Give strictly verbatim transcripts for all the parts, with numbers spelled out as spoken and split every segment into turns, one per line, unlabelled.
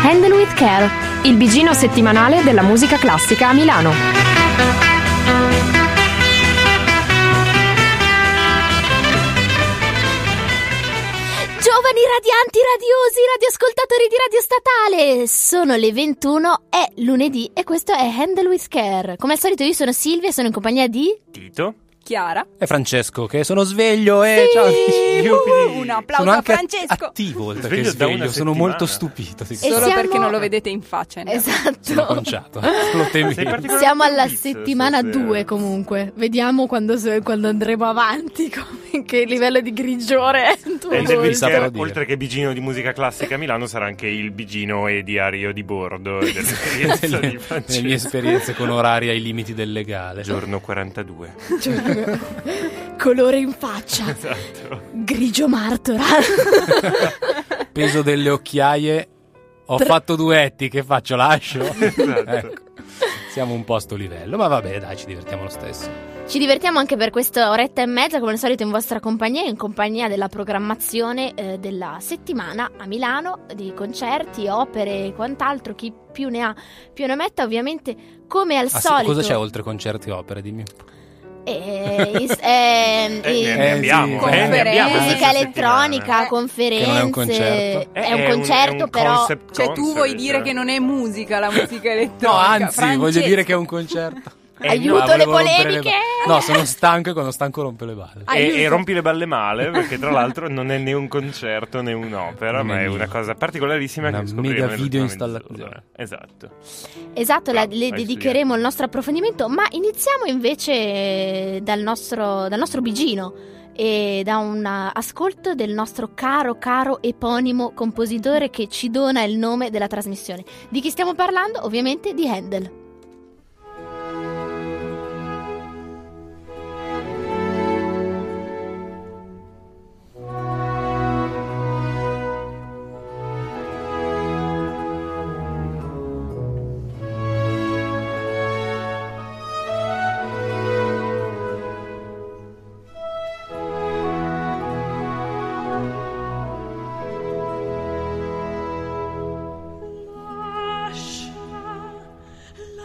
Handle with Care, il bigino settimanale della musica classica a Milano.
Giovani radianti, radiosi, radioascoltatori di Radio Statale, sono le ventuno, è lunedì e questo è Handle with Care. Come al solito io sono Silvia e sono in compagnia di
Tito,
Chiara
e Francesco, che sono sveglio e
sì.
ciao amici.
Uh, un applauso
sono
a
anche
Francesco.
attivo oltre
Sveglio
che
da una
sveglio, sono
settimana.
molto stupito. Sì.
Solo
siamo-
perché non lo vedete in faccia. ne-
Esatto.
Sono conciato. Lo temi.
Sei particolarmente
Siamo alla
pizzo
settimana
stasera.
due comunque. Vediamo quando, quando andremo avanti, come, che livello di grigiore è. Tu
E il
Sì,
Handle
saprò
with
dire.
oltre che bigino di musica classica a Milano, sarà anche il bigino e diario di bordo dell'esperienza di
nelle, nelle
Francesco.
mie esperienze con orari ai limiti del legale.
Giorno quarantadue.
Colore in faccia,
Esatto.
grigio martora.
Peso delle occhiaie. Ho fatto duetti, che faccio? Lascio?
Esatto.
Ecco. Siamo un po' a sto livello, ma vabbè, dai, ci divertiamo lo stesso.
Ci divertiamo anche per questa oretta e mezza, come al solito in vostra compagnia, in compagnia della programmazione eh, della settimana a Milano, di concerti, opere e quant'altro. Chi più ne ha più ne metta, ovviamente, come al
Ah, sì,
solito.
cosa c'è oltre concerti e opere? Dimmi.
Eh, is- eh,
Eh,
eh,
ne
Eh,
abbiamo,
sì,
eh, ne abbiamo
musica
questa
elettronica,
settimana.
conferenze.
Che non è un concerto.
È
Eh,
un concerto,
è un
però.
concept
Cioè tu
concert.
vuoi dire che non è musica la musica
No,
elettronica?
anzi,
Francesco.
voglio dire che è un concerto.
Eh,
Aiuto,
no,
le
volevo rompere
polemiche!
ba- No, sono stanco e quando stanco rompe le balle.
Ah,
E,
Aiuto.
e rompi le balle male, perché tra l'altro non è né un concerto né un'opera,
Non
ma
è
è
mia.
una cosa particolarissima
Una
che scopriremo
mega
nelle
video
prossime
installazione.
mezz'ora. Esatto.
Esatto, la-
Bravo,
le
hai
dedicheremo il nostro approfondimento, ma iniziamo invece dal nostro, dal nostro bigino e da un ascolto del nostro caro caro eponimo compositore che ci dona il nome della trasmissione. Di chi stiamo parlando? Ovviamente di Handel.
Lascia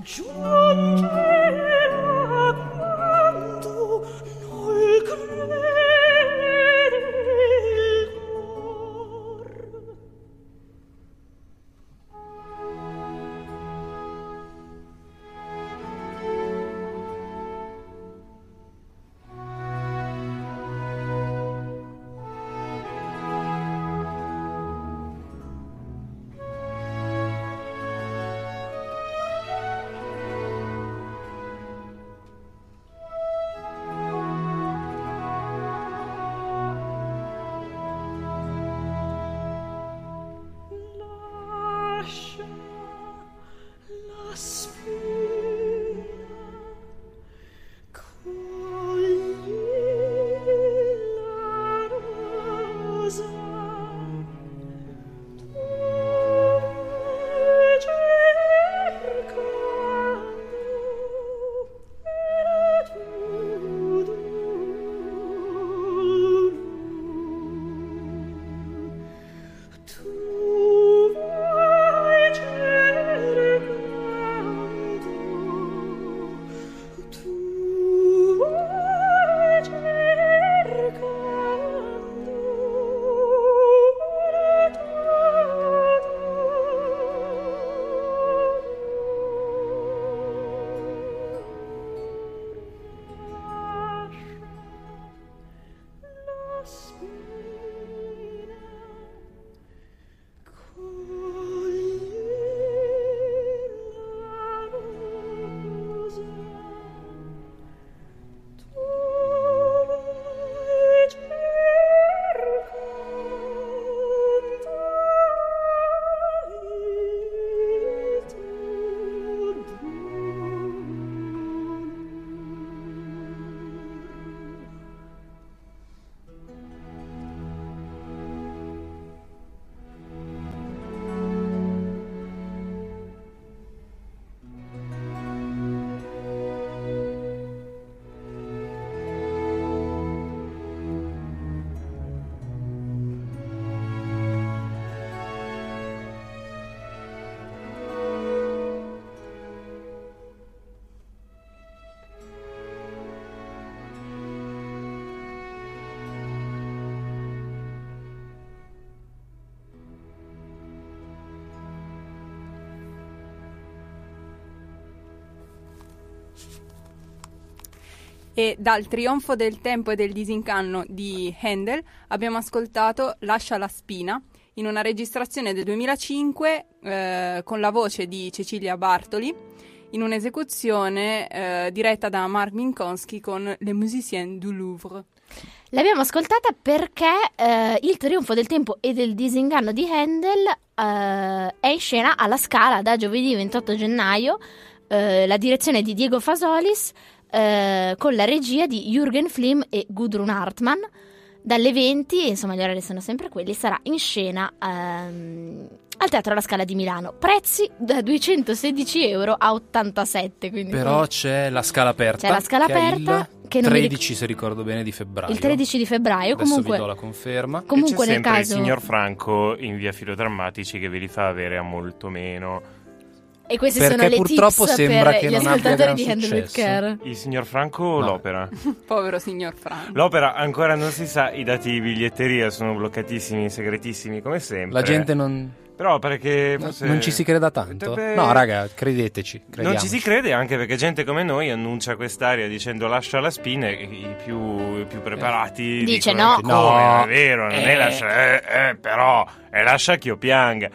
E dal Trionfo del tempo e del disinganno di Handel abbiamo ascoltato Lascia la spina, in una registrazione del duemilacinque eh, con la voce di Cecilia Bartoli, in un'esecuzione eh, diretta da Marc Minkowski con Les Musiciens du Louvre.
L'abbiamo ascoltata perché eh, il Trionfo del tempo e del disinganno di Handel eh, è in scena alla Scala da giovedì ventotto gennaio, eh, la direzione di Diego Fasolis, eh, con la regia di Jürgen Flimm e Gudrun Hartmann. Dalle venti, insomma gli orari sono sempre quelli, sarà in scena ehm, al Teatro alla Scala di Milano. Prezzi da duecentosedici euro a ottantasette. Quindi
però
poi
c'è la Scala aperta.
C'è la Scala
che
aperta.
È il
che non mi
tredici,
ric-
se ricordo bene, di febbraio.
Il tredici di febbraio.
Adesso
comunque
vi do la conferma.
Comunque
e c'è
nel
sempre
caso
il signor Franco in via Filodrammatici che ve li fa avere a molto meno.
E queste
Perché
sono le
purtroppo
tips
sembra
per
che
gli
non abbia
ascoltatori
gran
di Handle with
successo.
Care.
Il signor Franco o
No.
l'opera?
Povero signor Franco.
L'opera ancora non si sa, i dati di biglietteria sono bloccatissimi, segretissimi come sempre.
La gente non,
Però perché
no,
forse...
non ci si creda tanto.
Potrebbe-
No, raga, credeteci.
Non
crediamoci.
ci si crede anche perché gente come noi annuncia quest'aria dicendo lascia la spina e i più, i più preparati
Dice
dicono
no.
come,
No.
non è vero, non è
Eh.
lascia, eh, eh, però è lascia che io pianga.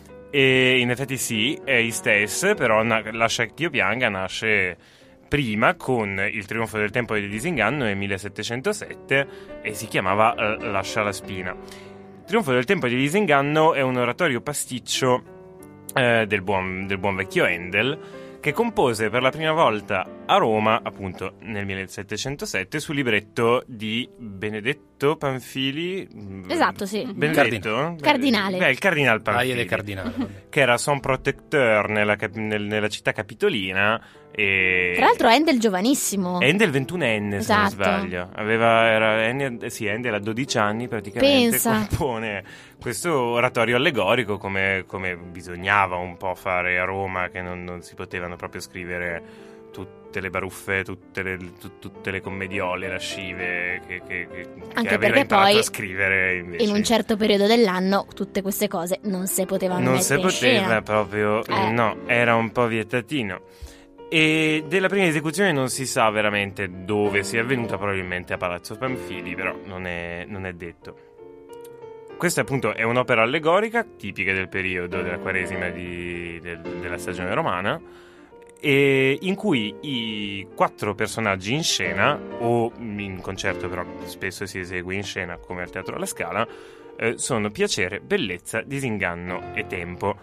E in effetti sì, è Istes, però na- lascia che io pianga nasce prima con il Trionfo del tempo e del disinganno nel millesettecentosette e si chiamava eh, Lascia la spina. Il Trionfo del tempo e del disinganno è un oratorio pasticcio eh, del, buon, del buon vecchio Handel, che compose per la prima volta a Roma, appunto nel millesettecentosette, sul libretto di Benedetto Pamphili.
Esatto, sì.
Benedetto?
Cardinale.
Beh, il Cardinal
Dai,
Pamphili,
ed è cardinale. vabbè.
che era son protecteur nella, cap- nel- nella città capitolina. E...
Tra l'altro Handel giovanissimo.
Handel ventunenne, se non
Esatto.
sbaglio. Aveva, era, Handel- sì, Handel a dodici anni praticamente.
Pensa.
Compone questo oratorio allegorico come, come bisognava un po' fare a Roma, che non, non si potevano potevano proprio scrivere tutte le baruffe, tutte le, tu, tutte le commediole lascive che, che, che,
Anche
che aveva
perché
imparato
poi
a scrivere invece.
in un certo periodo dell'anno tutte queste cose non si potevano
non
mettere
si
in
poteva
scena.
proprio,
Eh.
no, era un po' vietatino. E della prima esecuzione non si sa veramente dove sia avvenuta, probabilmente a Palazzo Pamphili, però non è, non è detto. Questa appunto è un'opera allegorica tipica del periodo della Quaresima di, del, della stagione romana, e in cui i quattro personaggi in scena, o in concerto però spesso si esegue in scena come al Teatro alla Scala, eh, sono piacere, bellezza, disinganno e tempo.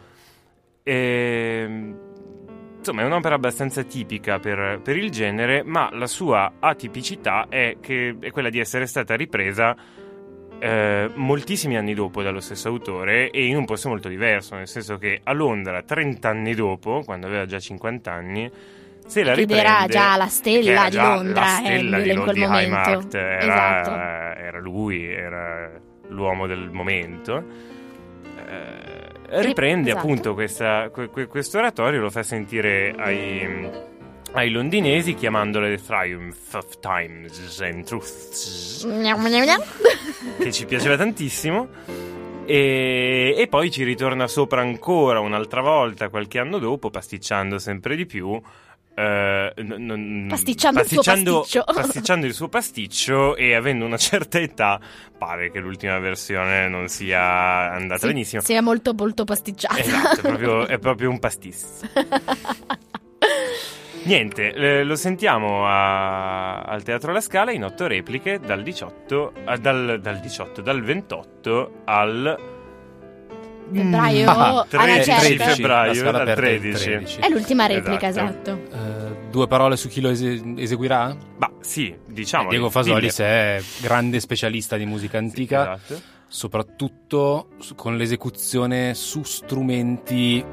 E, insomma, è un'opera abbastanza tipica per, per il genere, ma la sua atipicità è, che, è quella di essere stata ripresa Eh, moltissimi anni dopo dallo stesso autore e in un posto molto diverso, nel senso che a Londra trenta anni dopo, quando aveva già cinquanta anni, se la
Ed
riprende,
era già la
che
stella
era
di
già
Londra,
la stella
Handel,
di,
in
Lo-
quel
di
momento.
Highmarkt, era,
Esatto.
era lui, era l'uomo del momento. Eh, riprende
esatto.
appunto questa, que, que, questo oratorio, lo fa sentire ai ai londinesi, chiamandole The Triumph of Times and Truths,
Gnam, gnam, gnam.
che ci piaceva tantissimo, e, e poi ci ritorna sopra ancora un'altra volta qualche anno dopo, pasticciando sempre di più, eh, n- n-
Pasticciando il suo pasticcio.
pasticciando il suo pasticcio, e avendo una certa età pare che l'ultima versione non sia andata
Sì,
benissimo.
sia molto molto pasticciata.
Esatto, è proprio, è proprio un pastis. Niente, eh, lo sentiamo a- al Teatro La Scala in otto repliche dal diciotto, eh, dal, dal diciotto, dal ventotto al
Febbraio,
Ah,
alla
tredici
certa.
La
febbraio,
Scala
dal
aperta il
tredici.
tredici.
È l'ultima replica,
Esatto.
esatto.
Eh, due parole su chi lo ese- eseguirà?
Ma sì, diciamo.
Diego Fasolis è grande specialista di musica antica,
Esatto.
soprattutto su- con l'esecuzione su strumenti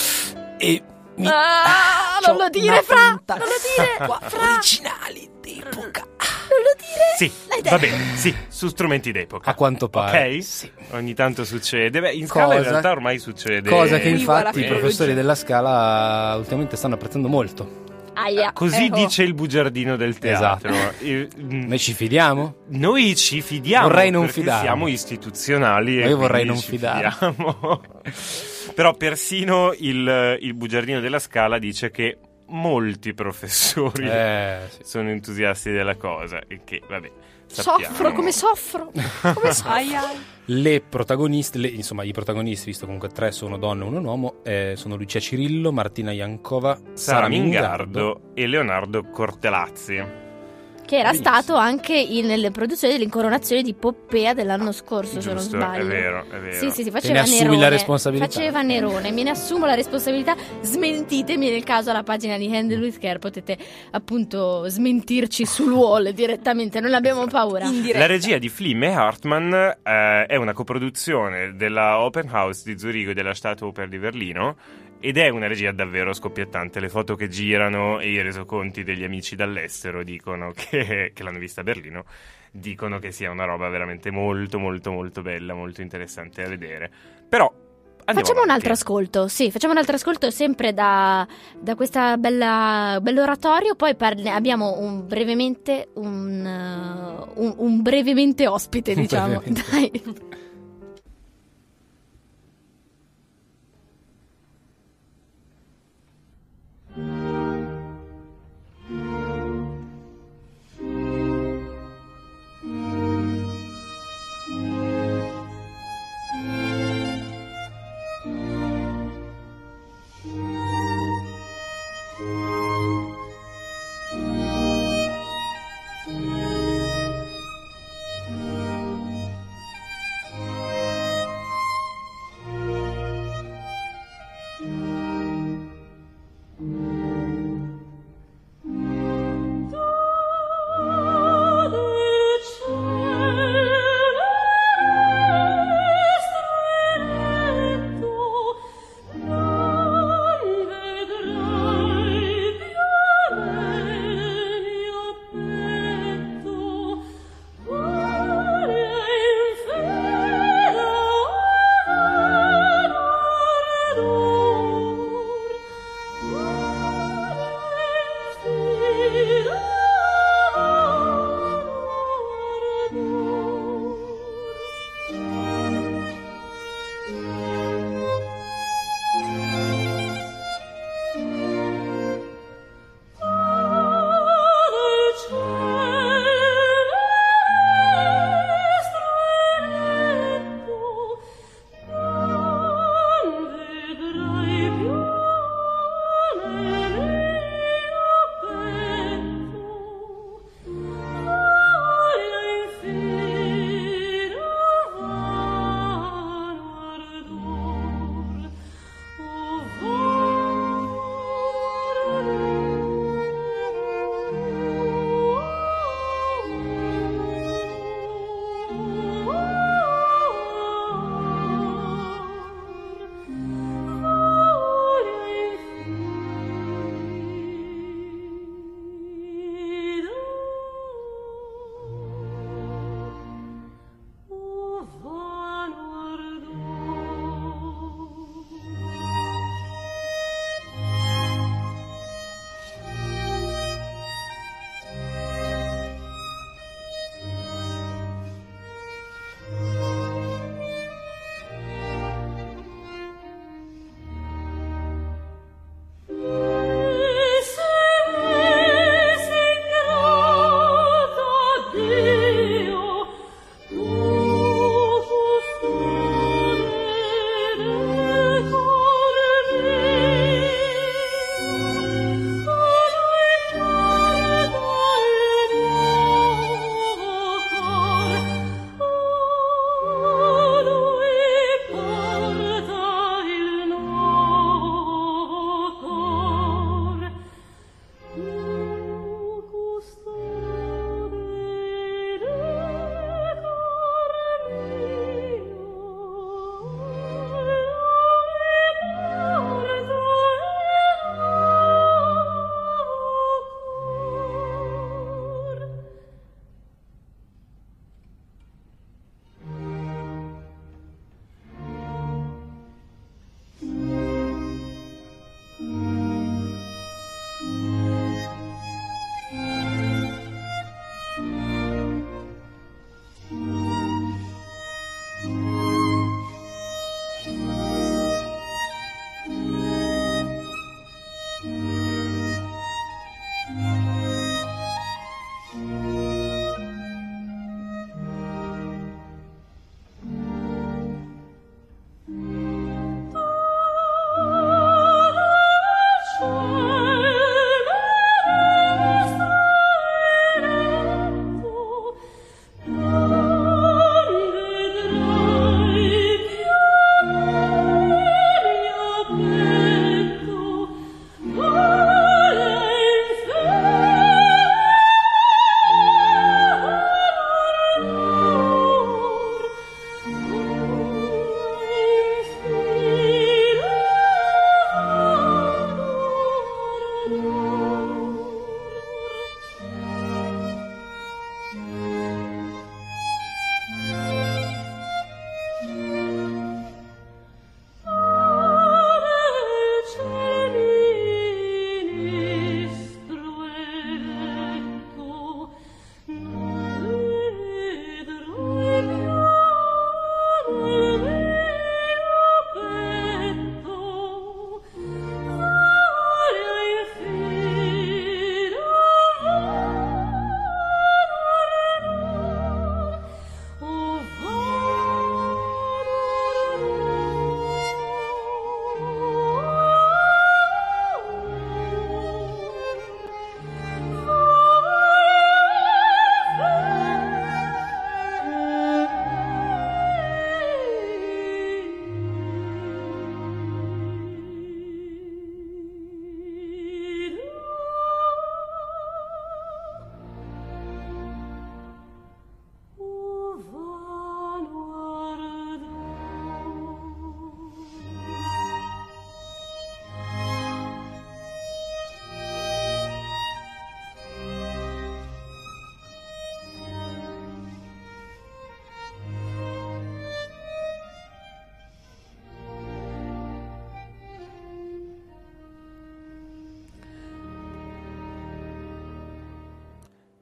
e mi-
Ah,
c'ho
non lo dire,
una
Fra!
punta
Non lo dire!
qua,
Fra!
originali d'epoca.
Non lo dire!
Sì,
L'hai detto.
va bene, sì, su strumenti d'epoca.
A quanto pare.
Ok?
Sì.
Ogni tanto succede. Beh, in Scala in
Cosa-
realtà ormai succede.
Cosa che
Qui guarda
infatti i
filologia.
professori della Scala ultimamente stanno apprezzando molto.
Aia.
Così
Ecco.
dice il bugiardino del teatro. Eh, mm,
Noi ci fidiamo?
Noi ci fidiamo.
Vorrei non
perché
fidarmi.
siamo istituzionali.
Ma
e
io vorrei
quindi
non
ci
fidarmi.
fidiamo. Però persino il, il bugiardino della Scala dice che molti professori
Eh, sì.
sono entusiasti della cosa. E che, vabbè, sappiamo.
Soffro, come soffro. Come soffro.
Ai ai.
Le protagoniste, le- insomma i protagonisti, visto comunque tre sono donne e uno uomo, eh, sono Lucia Cirillo, Martina Jankova,
Sara Mingardo e Leonardo Cortelazzi.
Che era
Benissimo.
stato anche in- nelle produzioni dell'incoronazione di Poppea dell'anno scorso, se non
Giusto,
sbaglio.
è vero, è vero.
Sì, sì, sì,
Te
faceva
ne assumi
Nerone.
la responsabilità.
Faceva Nerone, me ne assumo la responsabilità. Smentitemi nel caso alla pagina di Handel with Care, potete appunto smentirci sul wall direttamente, non abbiamo paura.
In diretta.
La regia di Flim e Hartmann eh, è una coproduzione della Open House di Zurigo e della Staatsoper di Berlino, ed è una regia davvero scoppiettante. Le foto che girano e i resoconti degli amici dall'estero dicono che, che l'hanno vista a Berlino, dicono che sia una roba veramente molto molto molto bella, molto interessante da vedere. Però andiamo
Facciamo un
avanti.
altro ascolto, sì, facciamo un altro ascolto sempre da, da questa bella bell'oratorio, poi parli- abbiamo un brevemente un, uh, un, un brevemente ospite,
Un
diciamo.
brevemente.
Dai.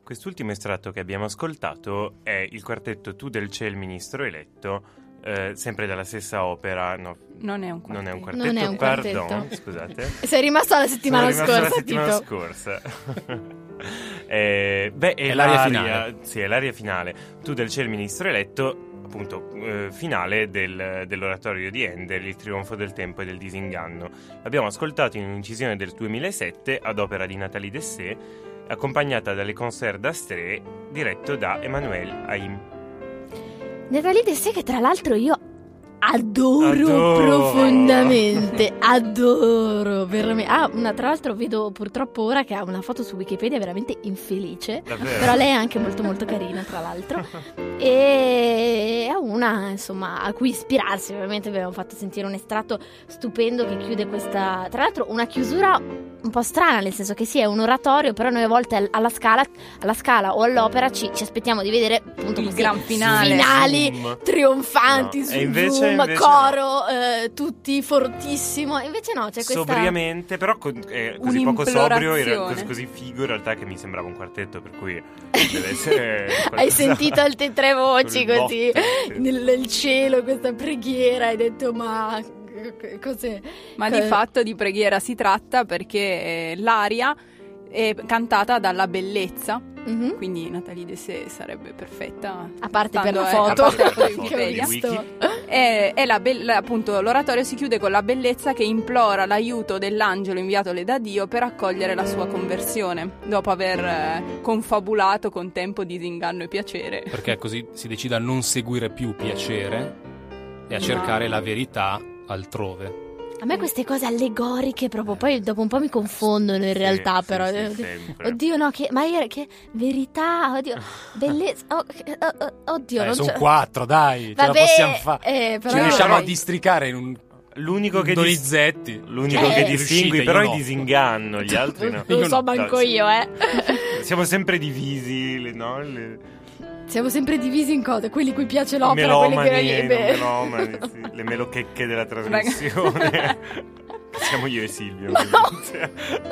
Quest'ultimo estratto che abbiamo ascoltato è il quartetto Tu del Ciel Ministro Eletto, eh, sempre dalla stessa opera. No,
Non è un quartetto.
non è un quartetto,
Non è un quartetto.
pardon, scusate.
Sei rimasto la settimana
Sono rimasto
scorsa,
la settimana
Tito.
scorsa. eh, beh, è,
È l'aria
l'aria
finale.
Sì, è l'aria finale. Tu del Ciel Ministro Eletto, appunto, eh, finale del- dell'oratorio di Handel, Il trionfo del tempo e del disinganno. L'abbiamo ascoltato in un'incisione del duemilasette ad opera di Nathalie Dessay, accompagnata dalle concert d'Astrée, diretto da Emmanuel Haïm.
Nathalie Dessay, che tra l'altro io adoro,
Adoro.
profondamente, adoro veramente. Ah, una, tra l'altro vedo purtroppo ora che ha una foto su Wikipedia veramente infelice,
Davvero?
però lei è anche molto molto carina, tra l'altro, e è una, insomma, a cui ispirarsi. Ovviamente vi abbiamo fatto sentire un estratto stupendo che chiude questa, tra l'altro una chiusura un po' strana, nel senso che sì, è un oratorio, però noi a volte alla Scala, alla Scala o all'opera ci, ci aspettiamo di vedere appunto
Il
questi
gran finale.
finali
Zoom.
trionfanti
No,
su
e invece-
Zoom,
invece
coro, eh, tutti fortissimo. E invece no, c'è questa
Sobriamente, però con- eh, così poco
Un'implorazione.
sobrio, era così, così figo in realtà, che mi sembrava un quartetto, per cui deve essere
Hai
qualcosa-
sentito il te tre voci
sul
così
botto, sì.
nel, nel cielo, questa preghiera, hai detto ma cos'è?
Ma
Co-
di fatto di preghiera si tratta, perché eh, l'aria è cantata dalla bellezza,
Mhm.
quindi Nathalie Dessay sarebbe perfetta.
A parte per
stando,
la
eh,
foto,
a parte la foto di
Che ho
Wikipedia.
visto.
E, e la be- la- appunto l'oratorio si chiude con la bellezza che implora l'aiuto dell'angelo inviatole da Dio per accogliere la sua conversione, dopo aver eh, confabulato con tempo, disinganno e piacere.
Perché così si decide a non seguire più piacere e a
Ma-
cercare la verità altrove.
A me queste cose allegoriche proprio poi dopo un po' mi confondono in
Sì,
realtà,
sì,
però
sì,
oddio,
sempre.
oddio, no, che ma io- che verità, oddio, bellezza, oh, che- oh, oh, oddio,
Eh,
non
sono
c'è.
quattro, dai, ce
Vabbè,
la possiamo fare.
eh, però
Ci riusciamo
però-
a districare in un
L'unico che dis-
Donizetti.
L'unico
Eh.
che
Riuscite,
distingui
io
però
no.
è disinganno, gli altri no.
Non
Io
lo so
no,
manco
dai, sì.
io, eh.
Siamo sempre divisi, le- no? Le...
Siamo sempre divisi in cose, quelli cui piace
I
l'opera, quelli
melomani
che
e i
beh.
non melomani, sì, le melochecche della trasmissione. Siamo io e Silvio. ovviamente.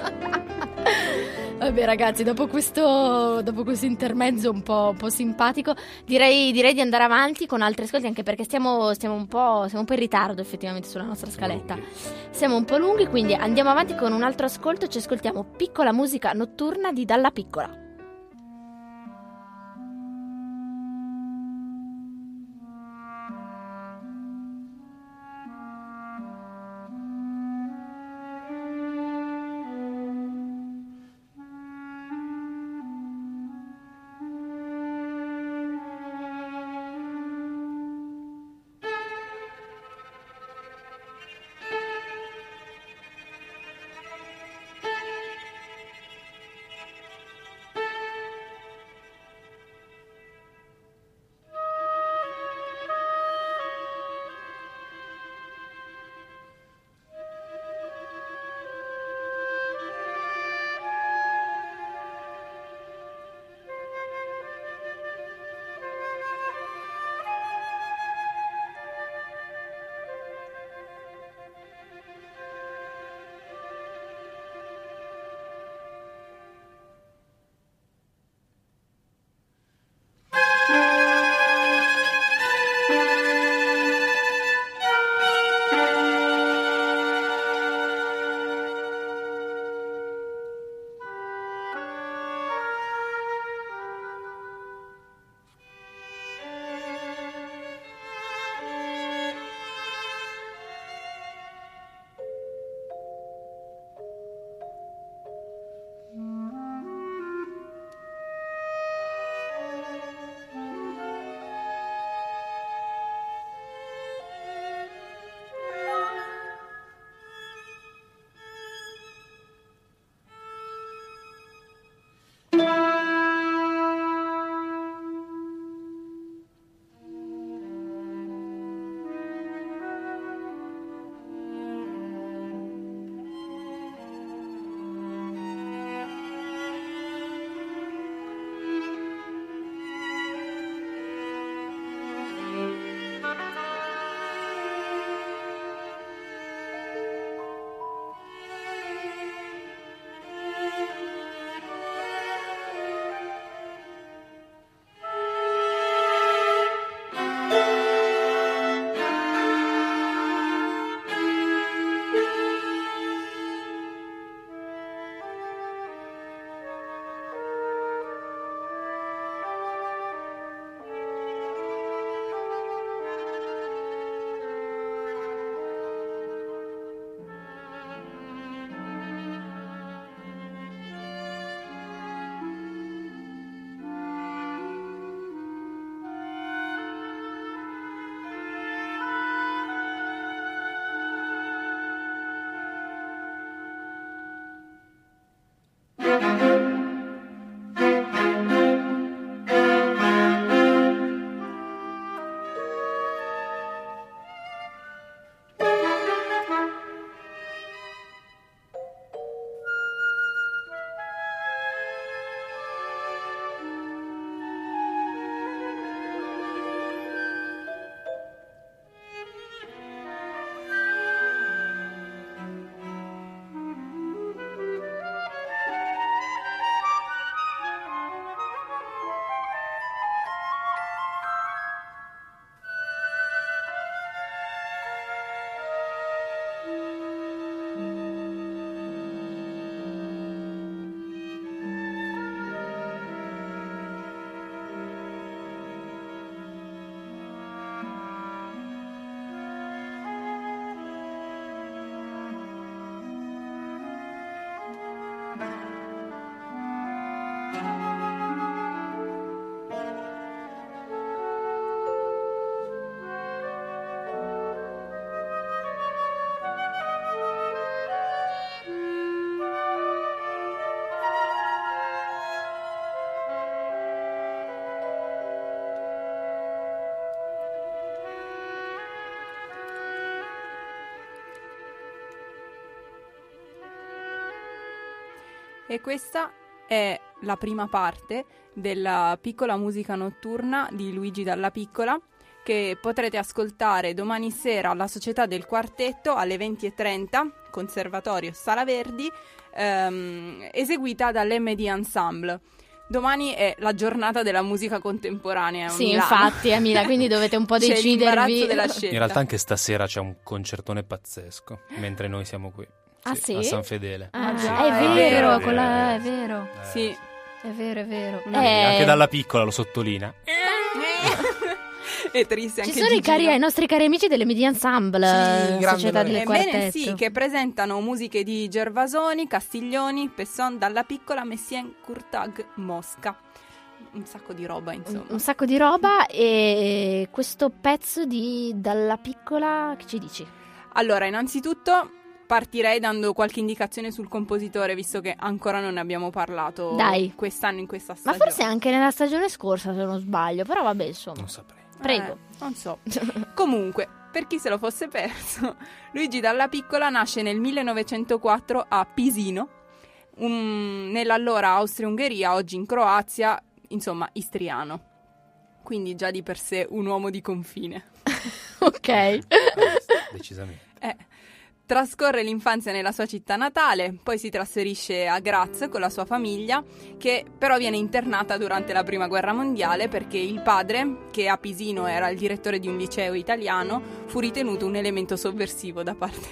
Vabbè ragazzi, dopo questo, dopo questo intermezzo un po', un po' simpatico, direi, direi di andare avanti con altri ascolti, anche perché stiamo, stiamo, un po', siamo un po' in ritardo effettivamente sulla nostra scaletta. Siamo un po' lunghi, quindi andiamo avanti con un altro ascolto. Ci ascoltiamo Piccola musica notturna di Dalla Piccola.
E questa è la prima parte della piccola musica notturna di Luigi Dalla Piccola, che potrete ascoltare domani sera alla Società del Quartetto alle venti e trenta, Conservatorio Sala Verdi, ehm, eseguita dall'M D Ensemble. Domani è la giornata della musica contemporanea a
Sì,
Milano.
infatti a Milano, quindi dovete un po'
C'è l'imbarazzo
decidervi.
della scelta.
In realtà anche stasera c'è un concertone pazzesco, mentre noi siamo qui.
Ah, sì?
A San Fedele.
Ah,
già,
è
è
vero,
vero.
con la- è vero,
Eh,
Sì.
è vero, è vero.
sì,
Eh,
Anche Dalla Piccola lo sottolinea.
È triste
Ci
anche
sono i,
Gigino.
cari, i nostri cari amici delle Media Ensemble,
Sì,
eh,
grande
Società del
Lorena.
Ebbene
Quartetto.
sì, che presentano musiche di Gervasoni, Castiglioni, Pesson, Dalla Piccola, Messien, Kurtag, Mosca. Un sacco di roba,
un,
insomma.
un sacco di roba. E questo pezzo di Dalla Piccola, che ci dici?
Allora, innanzitutto partirei dando qualche indicazione sul compositore, visto che ancora non ne abbiamo parlato
Dai.
quest'anno in questa
Ma
stagione.
forse anche nella stagione scorsa, se non sbaglio, però vabbè, insomma.
Non saprei.
Prego.
Eh, non so. Comunque, per chi se lo fosse perso, Luigi Dalla Piccola nasce nel millenovecentoquattro a Pisino, un- nell'allora Austria-Ungheria, oggi in Croazia, insomma, istriano. Quindi già di per sé un uomo di confine.
Ok.
Eh, Decisamente.
Eh, trascorre l'infanzia nella sua città natale, poi si trasferisce a Graz con la sua famiglia, che però viene internata durante la Prima Guerra Mondiale perché il padre, che a Pisino era il direttore di un liceo italiano, fu ritenuto un elemento sovversivo da parte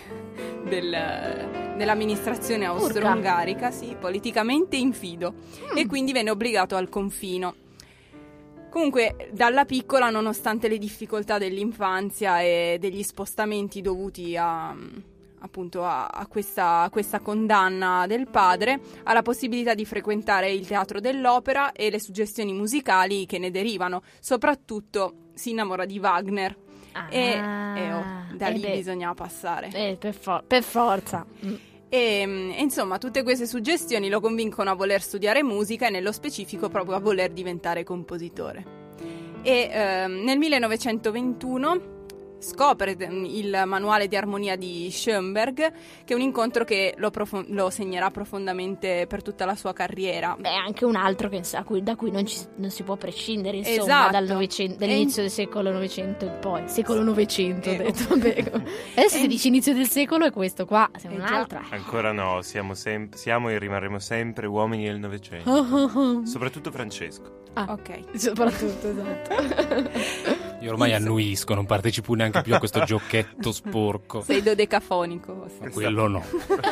del- dell'amministrazione austro-ungarica, sì, politicamente infido, e quindi venne obbligato al confino. Comunque, Dalla Piccola, nonostante le difficoltà dell'infanzia e degli spostamenti dovuti a, appunto a, a questa, a questa condanna del padre, ha la possibilità di frequentare il teatro dell'opera e le suggestioni musicali che ne derivano. Soprattutto si innamora di Wagner e, e oh, da
eh
lì
beh,
bisogna passare.
eh, per, for- per forza. Mm.
E, e insomma, tutte queste suggestioni lo convincono a voler studiare musica e nello specifico proprio a voler diventare compositore. E ehm, nel millenovecentoventuno scopre il manuale di armonia di Schoenberg, che è un incontro che lo, profo- lo segnerà profondamente per tutta la sua carriera.
Beh, anche un altro che, a cui- da cui non, ci- non si può prescindere, insomma,
Esatto.
dal novecento, dall'inizio del secolo Novecento in poi. Secolo Novecento, ho
Eh,
detto. Vabbè. Adesso
eh.
si dice inizio del secolo e questo qua, siamo
Eh, già.
un'altra.
Ancora no, siamo, sem- siamo e rimarremo sempre uomini del Novecento.
Oh, oh, oh.
Soprattutto Francesco.
Ok.
Soprattutto, esatto.
Io ormai
Inizio.
annuisco, non partecipo neanche più a questo giochetto sporco.
Sei dodecafonico.
Ma quello no.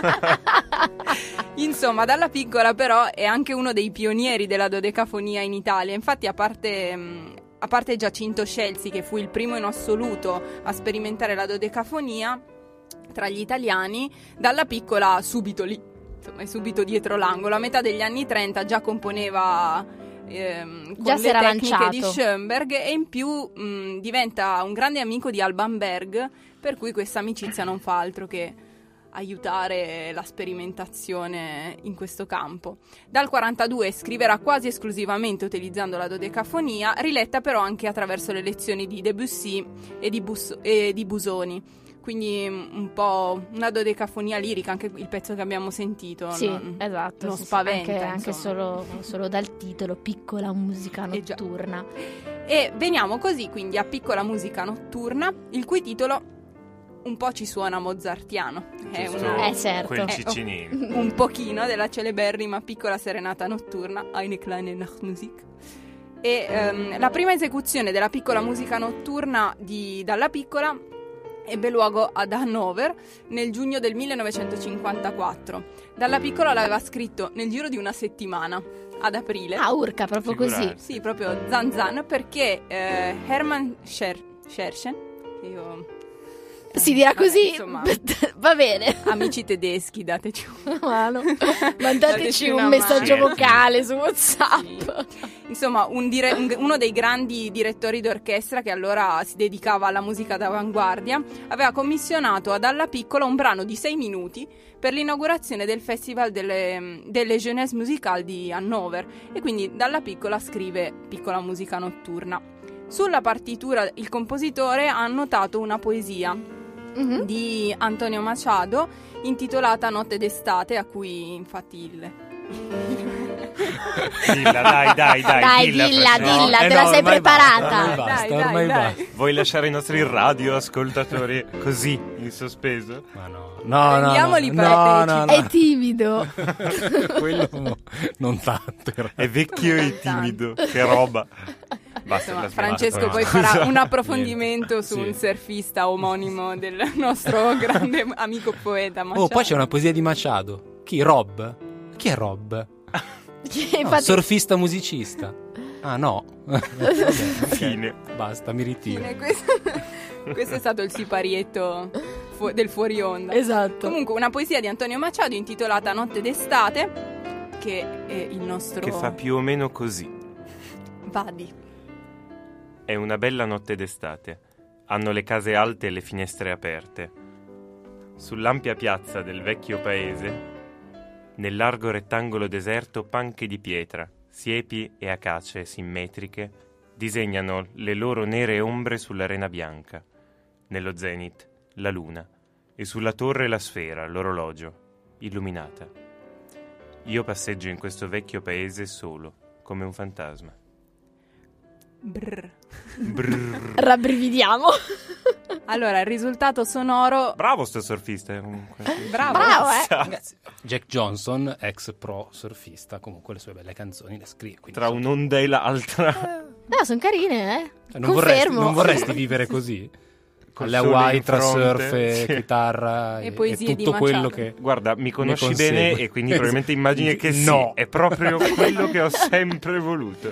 Insomma, Dalla Piccola però è anche uno dei pionieri della dodecafonia in Italia. Infatti, a parte, mh, a parte Giacinto Scelsi, che fu il primo in assoluto a sperimentare la dodecafonia tra gli italiani, Dalla Piccola subito lì, insomma, è subito dietro l'angolo. A metà degli anni trenta già componeva ehm, con
Già
le
si era
tecniche
lanciato.
di Schoenberg, e in più mh, diventa un grande amico di Alban Berg, per cui questa amicizia non fa altro che aiutare la sperimentazione in questo campo. Dal quarantadue scriverà quasi esclusivamente utilizzando la dodecafonia, riletta però anche attraverso le lezioni di Debussy e di, Bus- e di Busoni. Quindi mm, un po' una dodecafonia lirica, anche il pezzo che abbiamo sentito.
Sì,
non-
esatto.
non
sì, sì,
spaventa,
Anche, anche
insomma.
solo, solo dal titolo, piccola musica
Eh già.
notturna.
E veniamo così quindi a Piccola musica notturna, il cui titolo un po' ci suona mozartiano. È
Giusto?
una-
Eh, certo.
Quel
Eh,
ciccinino.
un pochino della celeberrima Piccola serenata notturna, Eine kleine Nachtmusik. E ehm, la prima esecuzione della Piccola musica notturna di Dalla Piccola ebbe luogo ad Hannover nel giugno del millenovecentocinquantaquattro. Dalla Piccola l'aveva scritto nel giro di una settimana, ad aprile.
Ah, urca, proprio così.
Figurarsi.
Sì, proprio zan zan, perché eh, Hermann Scher- Scherchen, che io...
Si dirà
Vabbè,
così,
insomma,
va bene.
amici tedeschi, dateci un...
Una mano. Mandateci
Dateci
un
una
messaggio
mano.
vocale su WhatsApp.
Sì. Insomma, un dire- un- uno dei grandi direttori d'orchestra, che allora si dedicava alla musica d'avanguardia, aveva commissionato a Dalla Piccola un brano di sei minuti per l'inaugurazione del Festival delle, delle Jeunesse Musicales di Hannover, e quindi Dalla Piccola scrive Piccola musica notturna. Sulla partitura il compositore ha annotato una poesia
Mhm.
di Antonio Machado intitolata Notte d'estate, a cui infatti il
Dilla, dai, dai, dai.
Dai,
dilla,
dilla,
facciamo.
dilla,
Eh
te la
no,
sei
ormai
preparata.
basta, ormai
Dai,
basta,
dai,
ormai
dai.
basta.
Vuoi lasciare i nostri radioascoltatori così, in sospeso?
Ma no, no, no,
Rendiamoli
no,
partecipi.
no, no,
È timido.
Quello no, non tanto. in realtà.
È vecchio e timido, che roba. Basta,
Insomma,
la
Francesco
smetto.
poi
Scusa.
farà un approfondimento su
Sì.
un surfista omonimo del nostro grande amico poeta Machado.
Oh, poi c'è una poesia di Machado. Chi? Rob? Chi è Rob?
Cioè,
No,
infatti,
surfista musicista. Ah no. Vabbè, ok.
Fine.
Basta, mi ritiro.
Fine, questo, questo è stato il siparietto fu- del fuori onda.
esatto.
Comunque una poesia di Antonio Machado intitolata Notte d'estate, che è il nostro...
Che fa più o meno così.
Vadi.
È una bella notte d'estate. Hanno le case alte e le finestre aperte. Sull'ampia piazza del vecchio paese, nel largo rettangolo deserto, panche di pietra, siepi e acacie simmetriche disegnano le loro nere ombre sull'arena bianca. Nello zenith, la luna, e sulla torre la sfera, l'orologio, illuminata. Io passeggio in questo vecchio paese solo, come un fantasma.
Brr.
Brrr.
Rabbrividiamo.
Allora, il risultato sonoro...
Bravo sto surfista, comunque.
Bravo.
Bravo, eh.
Ragazzi, Jack Johnson, ex pro surfista, comunque le sue belle canzoni le scrive. quindi
Tra
insomma,
un'onda e l'altra.
No, sono carine, eh.
cioè, non, vorresti,
Confermo.
non vorresti vivere così? Con
Col
le
sole
Hawaii
in
tra
fronte,
surf e
sì.
chitarra
E
e,
poesie
e
di
tutto quello
Machado.
che...
Guarda, mi conosci
consegue.
bene e quindi probabilmente immagini che sì,
No.
è proprio quello che ho sempre voluto.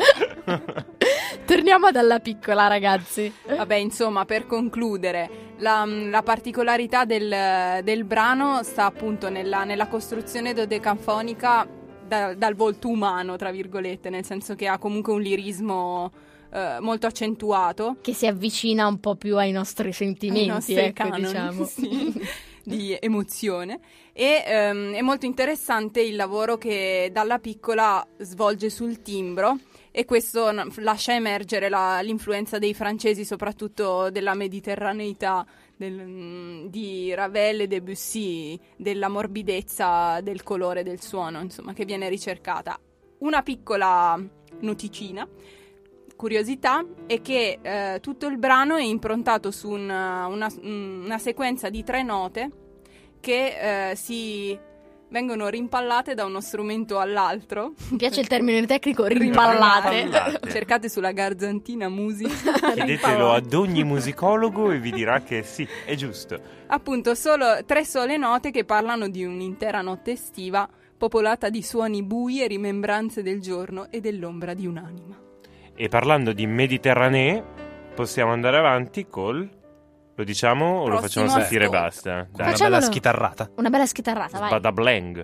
Torniamo dalla piccola, ragazzi.
Vabbè, insomma, per concludere, la, la particolarità del, del brano sta appunto nella, nella costruzione dodecafonica da- dal volto umano, tra virgolette, nel senso che ha comunque un lirismo eh, molto accentuato.
Che si avvicina un po' più ai nostri sentimenti,
ai nostri
ecco,
canoni,
diciamo.
sì, di emozione. E ehm, è molto interessante il lavoro che Dalla Piccola svolge sul timbro, e questo n- lascia emergere la- l'influenza dei francesi, soprattutto della mediterraneità del, mm, di Ravel e Debussy, della morbidezza del colore del suono, insomma, che viene ricercata. Una piccola noticina, curiosità, è che eh, tutto il brano è improntato su una, una, una sequenza di tre note che eh, si vengono rimpallate da uno strumento all'altro.
Mi piace il termine tecnico, rimpallate.
Rimpallate.
Cercate sulla Garzantina Musica.
Chiedetelo ad ogni musicologo e vi dirà che sì, è giusto.
Appunto, solo tre sole note che parlano di un'intera notte estiva popolata di suoni bui e rimembranze del giorno e dell'ombra di un'anima.
E parlando di Mediterranee, possiamo andare avanti col... Lo diciamo o lo
Prossimo
facciamo sentire e
ascolto.
basta?
Una
Dai.
Facciamolo.
bella schitarrata.
Una bella schitarrata, vai.
Sbadablang.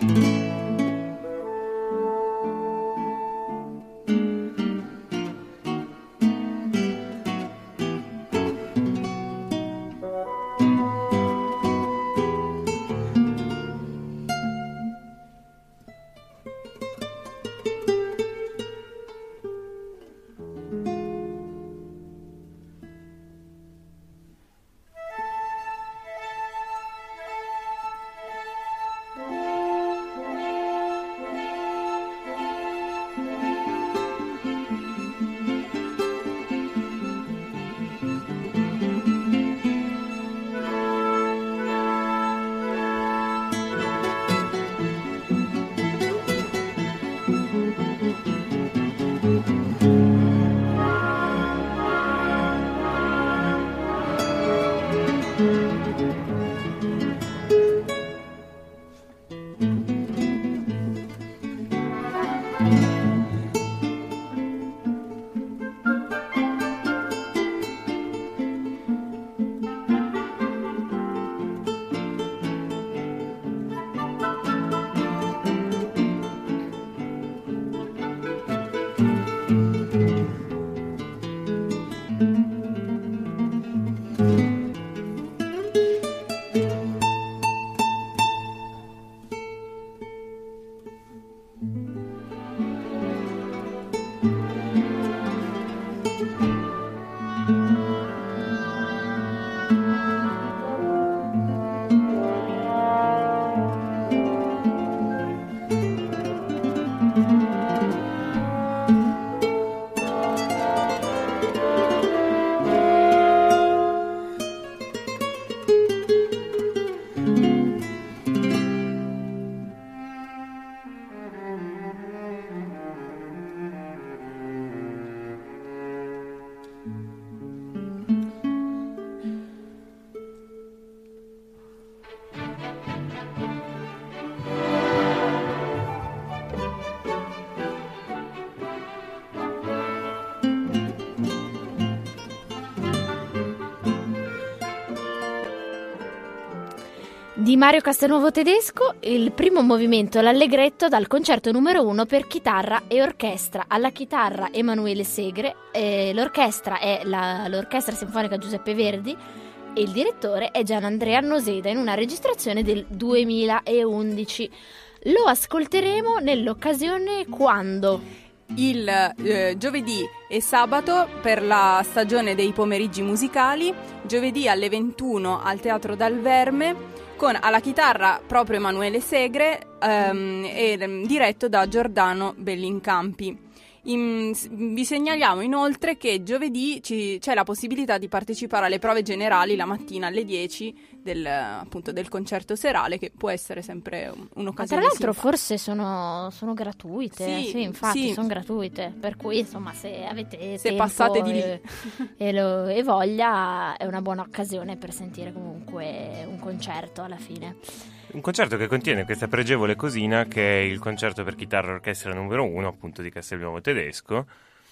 Di Mario Castelnuovo Tedesco, il primo movimento, l'allegretto dal concerto numero uno per chitarra e orchestra. Alla chitarra Emanuele Segre, eh, l'orchestra è la, l'Orchestra Sinfonica Giuseppe Verdi e il direttore è Gianandrea Noseda in una registrazione del duemilaundici. Lo ascolteremo nell'occasione quando?
Il eh, giovedì e sabato per la stagione dei pomeriggi musicali, giovedì alle ventuno al Teatro Dal Verme, con alla chitarra proprio Emanuele Segre ehm, e diretto da Giordano Bellincampi. In, vi segnaliamo inoltre che giovedì ci, c'è la possibilità di partecipare alle prove generali la mattina alle dieci del, appunto, del concerto serale, che può essere sempre un'occasione.
Ma tra l'altro
simpatica.
forse sono, sono gratuite,
sì,
sì, infatti
sì.
sono gratuite, per cui insomma se avete
se
tempo
passate di lì
e, e, lo, e voglia è una buona occasione per sentire comunque un concerto alla fine.
Un concerto che contiene questa pregevole cosina che è il concerto per chitarra e orchestra numero uno, appunto di Castelnuovo Tedesco,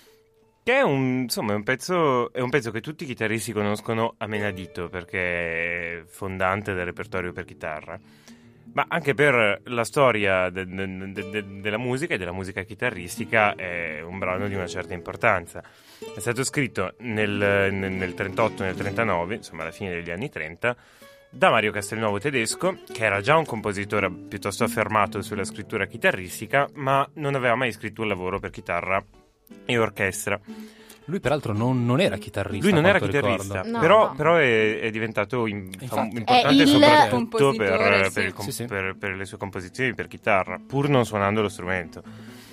che è un, insomma, è un pezzo, è un pezzo che tutti i chitarristi conoscono a menadito perché è fondante del repertorio per chitarra, ma anche per la storia de, de, de, de, della musica e della musica chitarristica è un brano di una certa importanza. È stato scritto nel, nel, nel trentotto, nel trentanove, insomma alla fine degli anni trenta, da Mario Castelnuovo Tedesco, che era già un compositore piuttosto affermato sulla scrittura chitarristica, ma non aveva mai scritto un lavoro per chitarra e orchestra.
Lui peraltro non, non era chitarrista.
Lui non era
quanto
chitarrista,
No,
però,
no.
però è, è diventato in, fam-
Infatti.
importante
È il
soprattutto per,
compositore,
per,
sì.
il com-
Sì, sì.
per- per le sue composizioni per chitarra, pur non suonando lo strumento.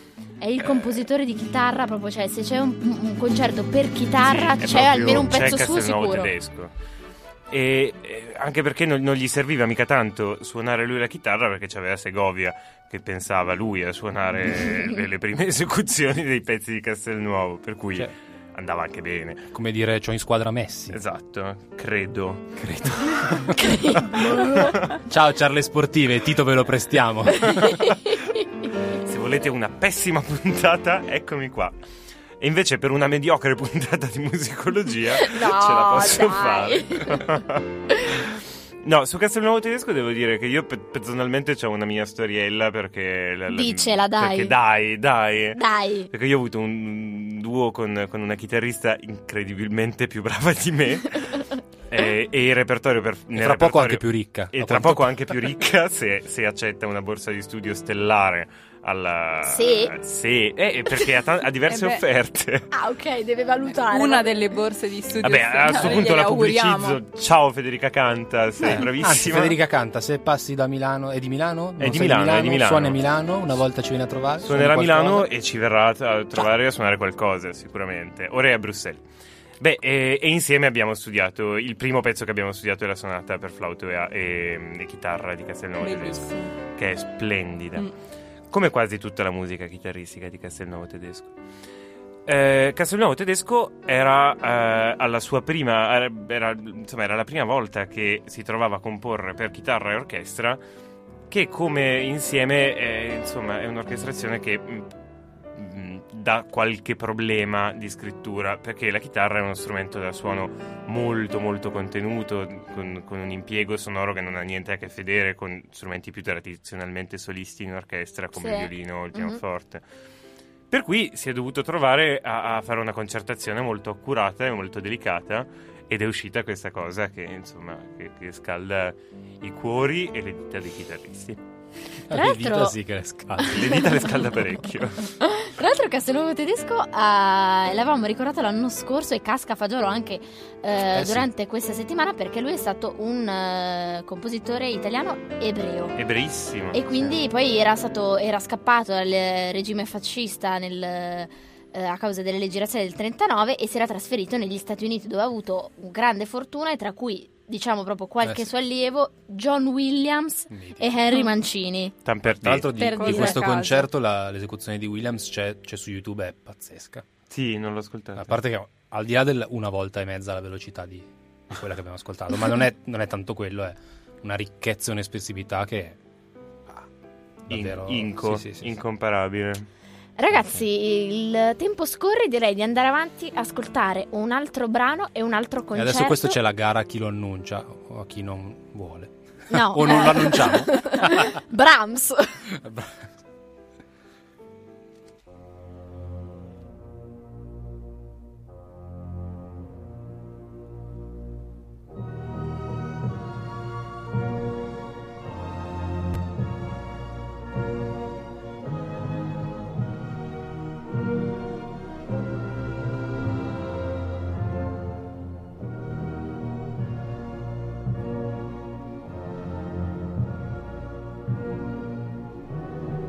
È il compositore di chitarra proprio, cioè se c'è un, un concerto per chitarra
Sì, è
c'è
proprio-
almeno un
c'è
pezzo suo
Castelnuovo
sicuro.
Tedesco. E eh, anche perché non, non gli serviva mica tanto suonare lui la chitarra, perché c'aveva Segovia che pensava lui a suonare le, le prime esecuzioni dei pezzi di Castelnuovo, per cui
Cioè,
andava anche bene.
come dire, c'ho in squadra Messi.
Esatto, credo.
Credo. Ciao Charlie Sportive, Tito ve lo prestiamo.
Se volete una pessima puntata, eccomi qua. E invece per una mediocre puntata di musicologia
No,
ce la posso
dai.
fare. No, su Castelnuovo Tedesco devo dire che io pe- personalmente c'ho una mia storiella perché... La, la-
Dicela, dai.
Perché dai, dai.
Dai.
Perché io ho avuto un duo con, con una chitarrista incredibilmente più brava di me. e, e il repertorio per...
E tra poco anche più ricca.
E
A
tra
quanto
poco
pare.
anche più ricca se, se accetta una borsa di studio stellare alla...
Sì?
Sì, eh, perché ha, ta- ha diverse
Eh beh.
offerte.
Ah, ok, deve valutare.
Una
vabbè.
delle borse di studio
Vabbè, a questo
stellari,
punto la
gliele auguriamo.
pubblicizzo. Ciao Federica Canta, sei
Eh,
bravissima.
Anzi, Federica Canta, se passi da Milano, è di Milano?
È
Non
di
sei
Milano, è di Milano.
Suona a Milano, una volta ci viene a trovare.
Suonerà a
suoni
Milano
qualcosa.
e ci verrà a trovare a suonare qualcosa, sicuramente. Ora è a Bruxelles. Beh, e, e insieme abbiamo studiato. Il primo pezzo che abbiamo studiato è la sonata per flauto e, e, e chitarra di Castelnuovo Tedesco,
Bellissimo.
che è splendida.
Mm.
Come quasi tutta la musica chitarristica di Castelnuovo Tedesco. Eh, Castelnuovo Tedesco era eh, alla sua prima, era, era, insomma, era la prima volta che si trovava a comporre per chitarra e orchestra, che come insieme è, insomma, è un'orchestrazione che mh, mh, dà qualche problema di scrittura, perché la chitarra è uno strumento da suono molto molto contenuto, con, con un impiego sonoro che non ha niente a che vedere con strumenti più tradizionalmente solisti in orchestra come
Sì.
il violino o il
Mhm.
pianoforte. Per cui si è dovuto trovare a, a fare una concertazione molto accurata e molto delicata, ed è uscita questa cosa che insomma che, che scalda i cuori e le dita dei chitarristi.
Tra
Le dita
l'altro-
sì che le scalda.
Le dita le scalda parecchio.
Tra l'altro Castelnuovo Tedesco eh, l'avevamo ricordato l'anno scorso e casca a fagiolo anche eh,
Eh sì.
durante questa settimana, perché lui è stato un eh, compositore italiano ebreo.
È bravissimo.
E quindi poi era stato era scappato dal regime fascista nel, eh, a causa delle leggi razziali del trentanove e si era trasferito negli Stati Uniti, dove ha avuto grande fortuna, e tra cui diciamo proprio qualche
Eh sì.
suo allievo, John Williams
Mitico.
e Henry Mancini.
Tan per
Tra l'altro di,
Per
di
dire.
questo
A caso.
concerto la- l'esecuzione di Williams c'è, c'è su YouTube, è pazzesca.
Sì, non l'ho ascoltato.
A parte che al di là del una volta e mezza la velocità di, di quella che abbiamo ascoltato, ma non è, non è tanto quello, è una ricchezza e un'espressività che ah,
In-
davvero
inco,
sì, sì, sì, sì.
incomparabile.
Ragazzi, il tempo scorre, direi di andare avanti, ascoltare un altro brano e un altro
E
concerto.
adesso questo c'è la gara a chi lo annuncia o a chi non vuole.
No.
O non lo annunciamo?
Brahms.
Thank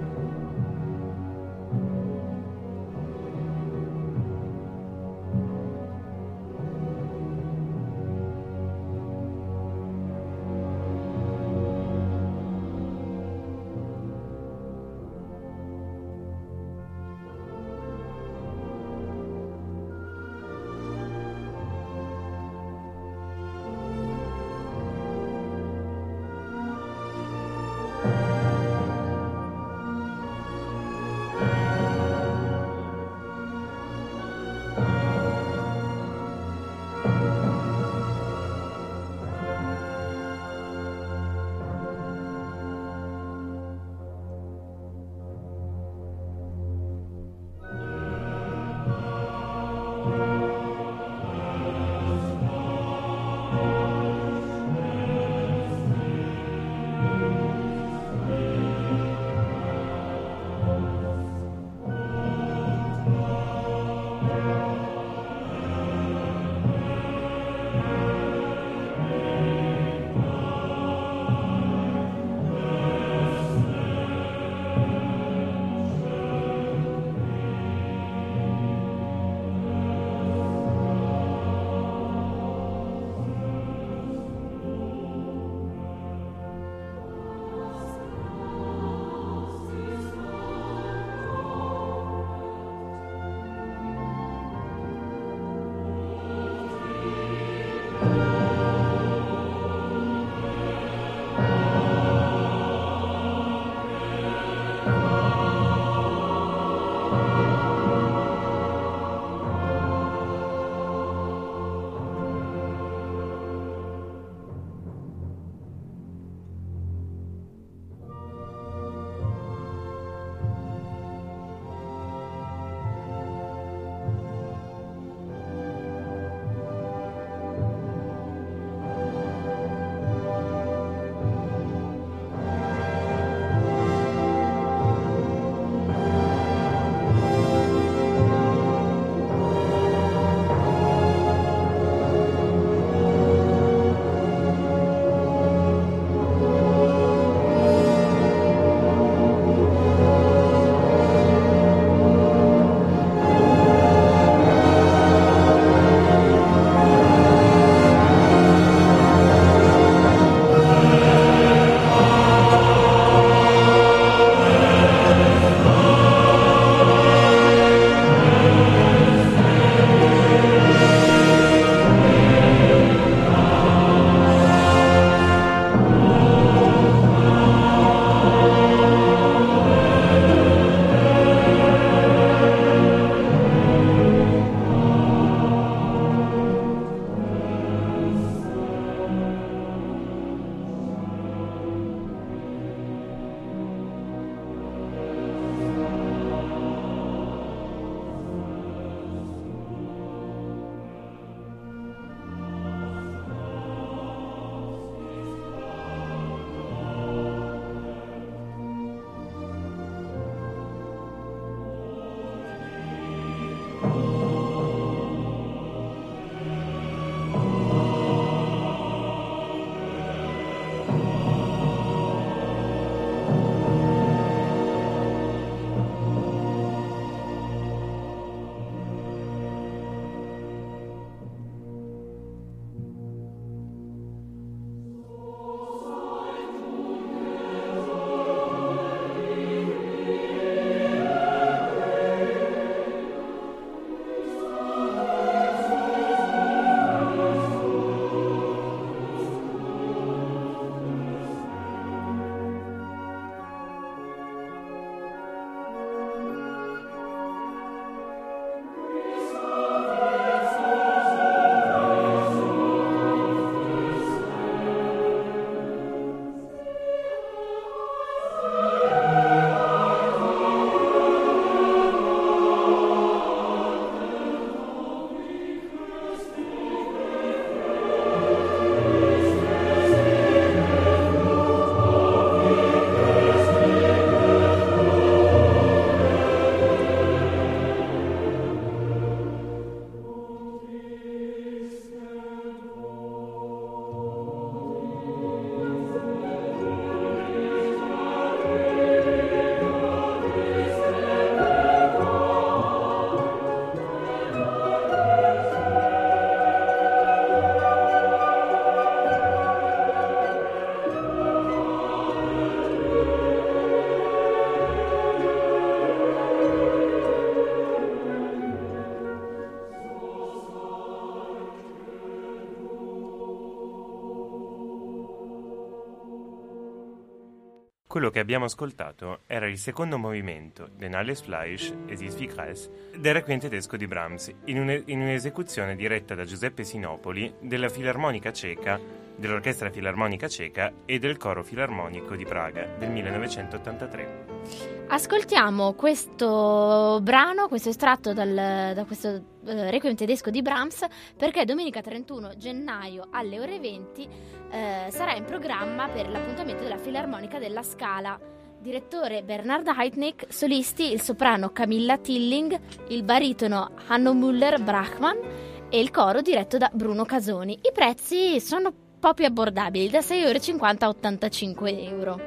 quello che abbiamo ascoltato era il secondo movimento, Den alles Fleisch, es ist wie Gras, del Requiem tedesco di Brahms, in, un- in un'esecuzione diretta da Giuseppe Sinopoli della Filarmonica Ceca, dell'Orchestra Filarmonica Ceca e del Coro Filarmonico di Praga del millenovecentottantatré.
Ascoltiamo questo brano, questo estratto dal, da questo eh, Requiem tedesco di Brahms, perché domenica trentuno gennaio alle ore venti eh, sarà in programma per l'appuntamento della Filarmonica della Scala. Direttore Bernard Haitnik, solisti il soprano Camilla Tilling, il baritono Hanno Müller-Brachmann e il coro diretto da Bruno Casoni. I prezzi sono un po' più abbordabili, da sei euro e cinquanta a ottantacinque euro.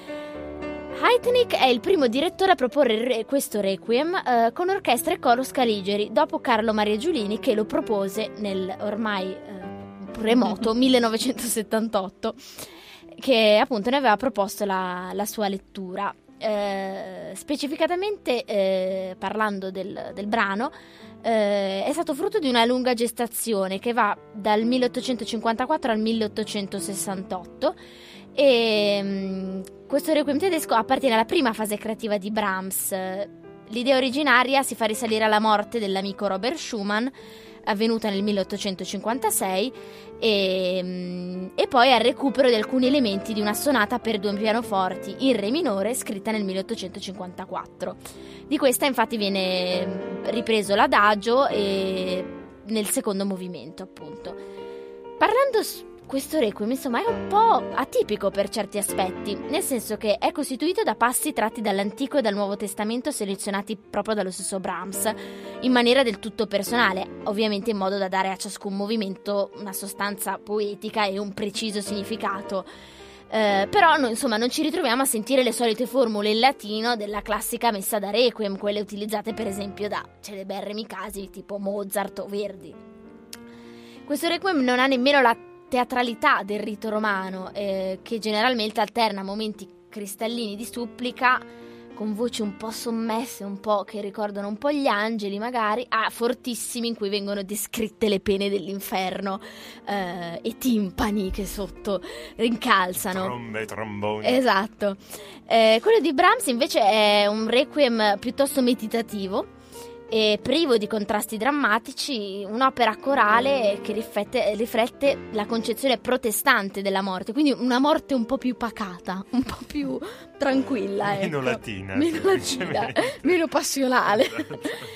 Haitnik è il primo direttore a proporre il re- questo Requiem eh, con orchestra e coro Scaligeri, dopo Carlo Maria Giulini, che lo propose nel ormai eh, remoto millenovecentosettantotto, che appunto ne aveva proposto la, la sua lettura. Eh, specificatamente eh, parlando del, del brano, eh, è stato frutto di una lunga gestazione che va dal milleottocentocinquantaquattro al milleottocentosessantotto. E um, questo Requiem tedesco appartiene alla prima fase creativa di Brahms. L'idea originaria si fa risalire alla morte dell'amico Robert Schumann, avvenuta nel milleottocentocinquantasei, e, um, e poi al recupero di alcuni elementi di una sonata per due pianoforti in re minore scritta nel milleottocentocinquantaquattro. Di questa infatti viene ripreso l'adagio e nel secondo movimento, appunto. Parlando s- Questo Requiem, insomma, è un po' atipico per certi aspetti, nel senso che è costituito da passi tratti dall'Antico e dal Nuovo Testamento selezionati proprio dallo stesso Brahms, in maniera del tutto personale, ovviamente in modo da dare a ciascun movimento una sostanza poetica e un preciso significato. Eh, però no, insomma, non ci ritroviamo a sentire le solite formule in latino della classica messa da Requiem, quelle utilizzate per esempio da celeberrimi casi tipo Mozart o Verdi. Questo Requiem non ha nemmeno la teatralità del rito romano, eh, che generalmente alterna momenti cristallini di supplica con voci un po' sommesse, un po' che ricordano un po' gli angeli magari, a fortissimi in cui vengono descritte le pene dell'inferno, eh, e timpani che sotto rincalzano.
Trombe, tromboni.
Esatto. Eh, quello di Brahms invece è un requiem piuttosto meditativo e privo di contrasti drammatici, un'opera corale che riflette, riflette la concezione protestante della morte, quindi una morte un po' più pacata, un po' più tranquilla,
Meno
ecco.
latina,
meno latina,
semplicemente.
meno passionale.
Esatto.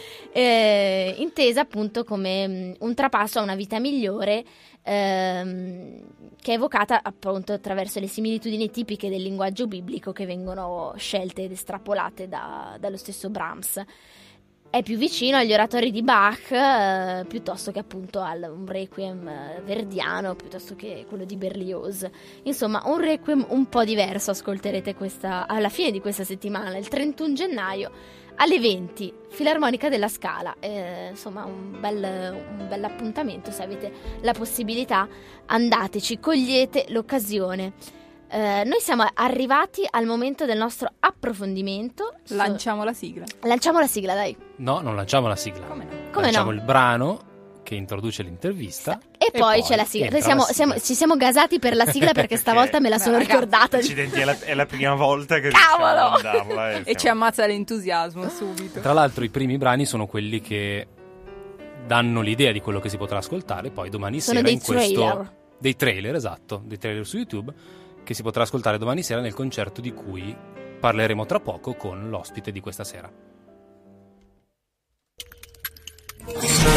Eh, intesa appunto come mh, un trapasso a una vita migliore, ehm, che è evocata appunto attraverso le similitudini tipiche del linguaggio biblico che vengono scelte ed estrapolate da, dallo stesso Brahms. È più vicino agli oratori di Bach, eh, piuttosto che appunto al un requiem eh, verdiano, piuttosto che quello di Berlioz. Insomma, un requiem un po' diverso ascolterete questa, alla fine di questa settimana, il trentuno gennaio, alle venti, Filarmonica della Scala. Eh, insomma, un bel, un bel appuntamento, se avete la possibilità, andateci, cogliete l'occasione. Uh, noi siamo arrivati al momento del nostro approfondimento.
Lanciamo la sigla.
Lanciamo la sigla, dai.
No, non lanciamo la sigla.
Come no?
Come
lanciamo
no?
il brano che introduce l'intervista.
E, e poi, poi c'è la sigla. Noi siamo,
la sigla.
siamo, ci siamo gasati per la sigla perché stavolta me la sono
ragazzi,
ricordata.
Accidenti, è la, è la prima volta che
Cavolo!
riusciamo a mandarla, eh,
E ci
siamo-
ammazza l'entusiasmo subito.
Tra l'altro i primi brani sono quelli che danno l'idea di quello che si potrà ascoltare, poi domani
Sono
sera
dei
in questo
trailer.
dei trailer, esatto, dei trailer su YouTube che si potrà ascoltare domani sera nel concerto di cui parleremo tra poco con l'ospite di questa sera.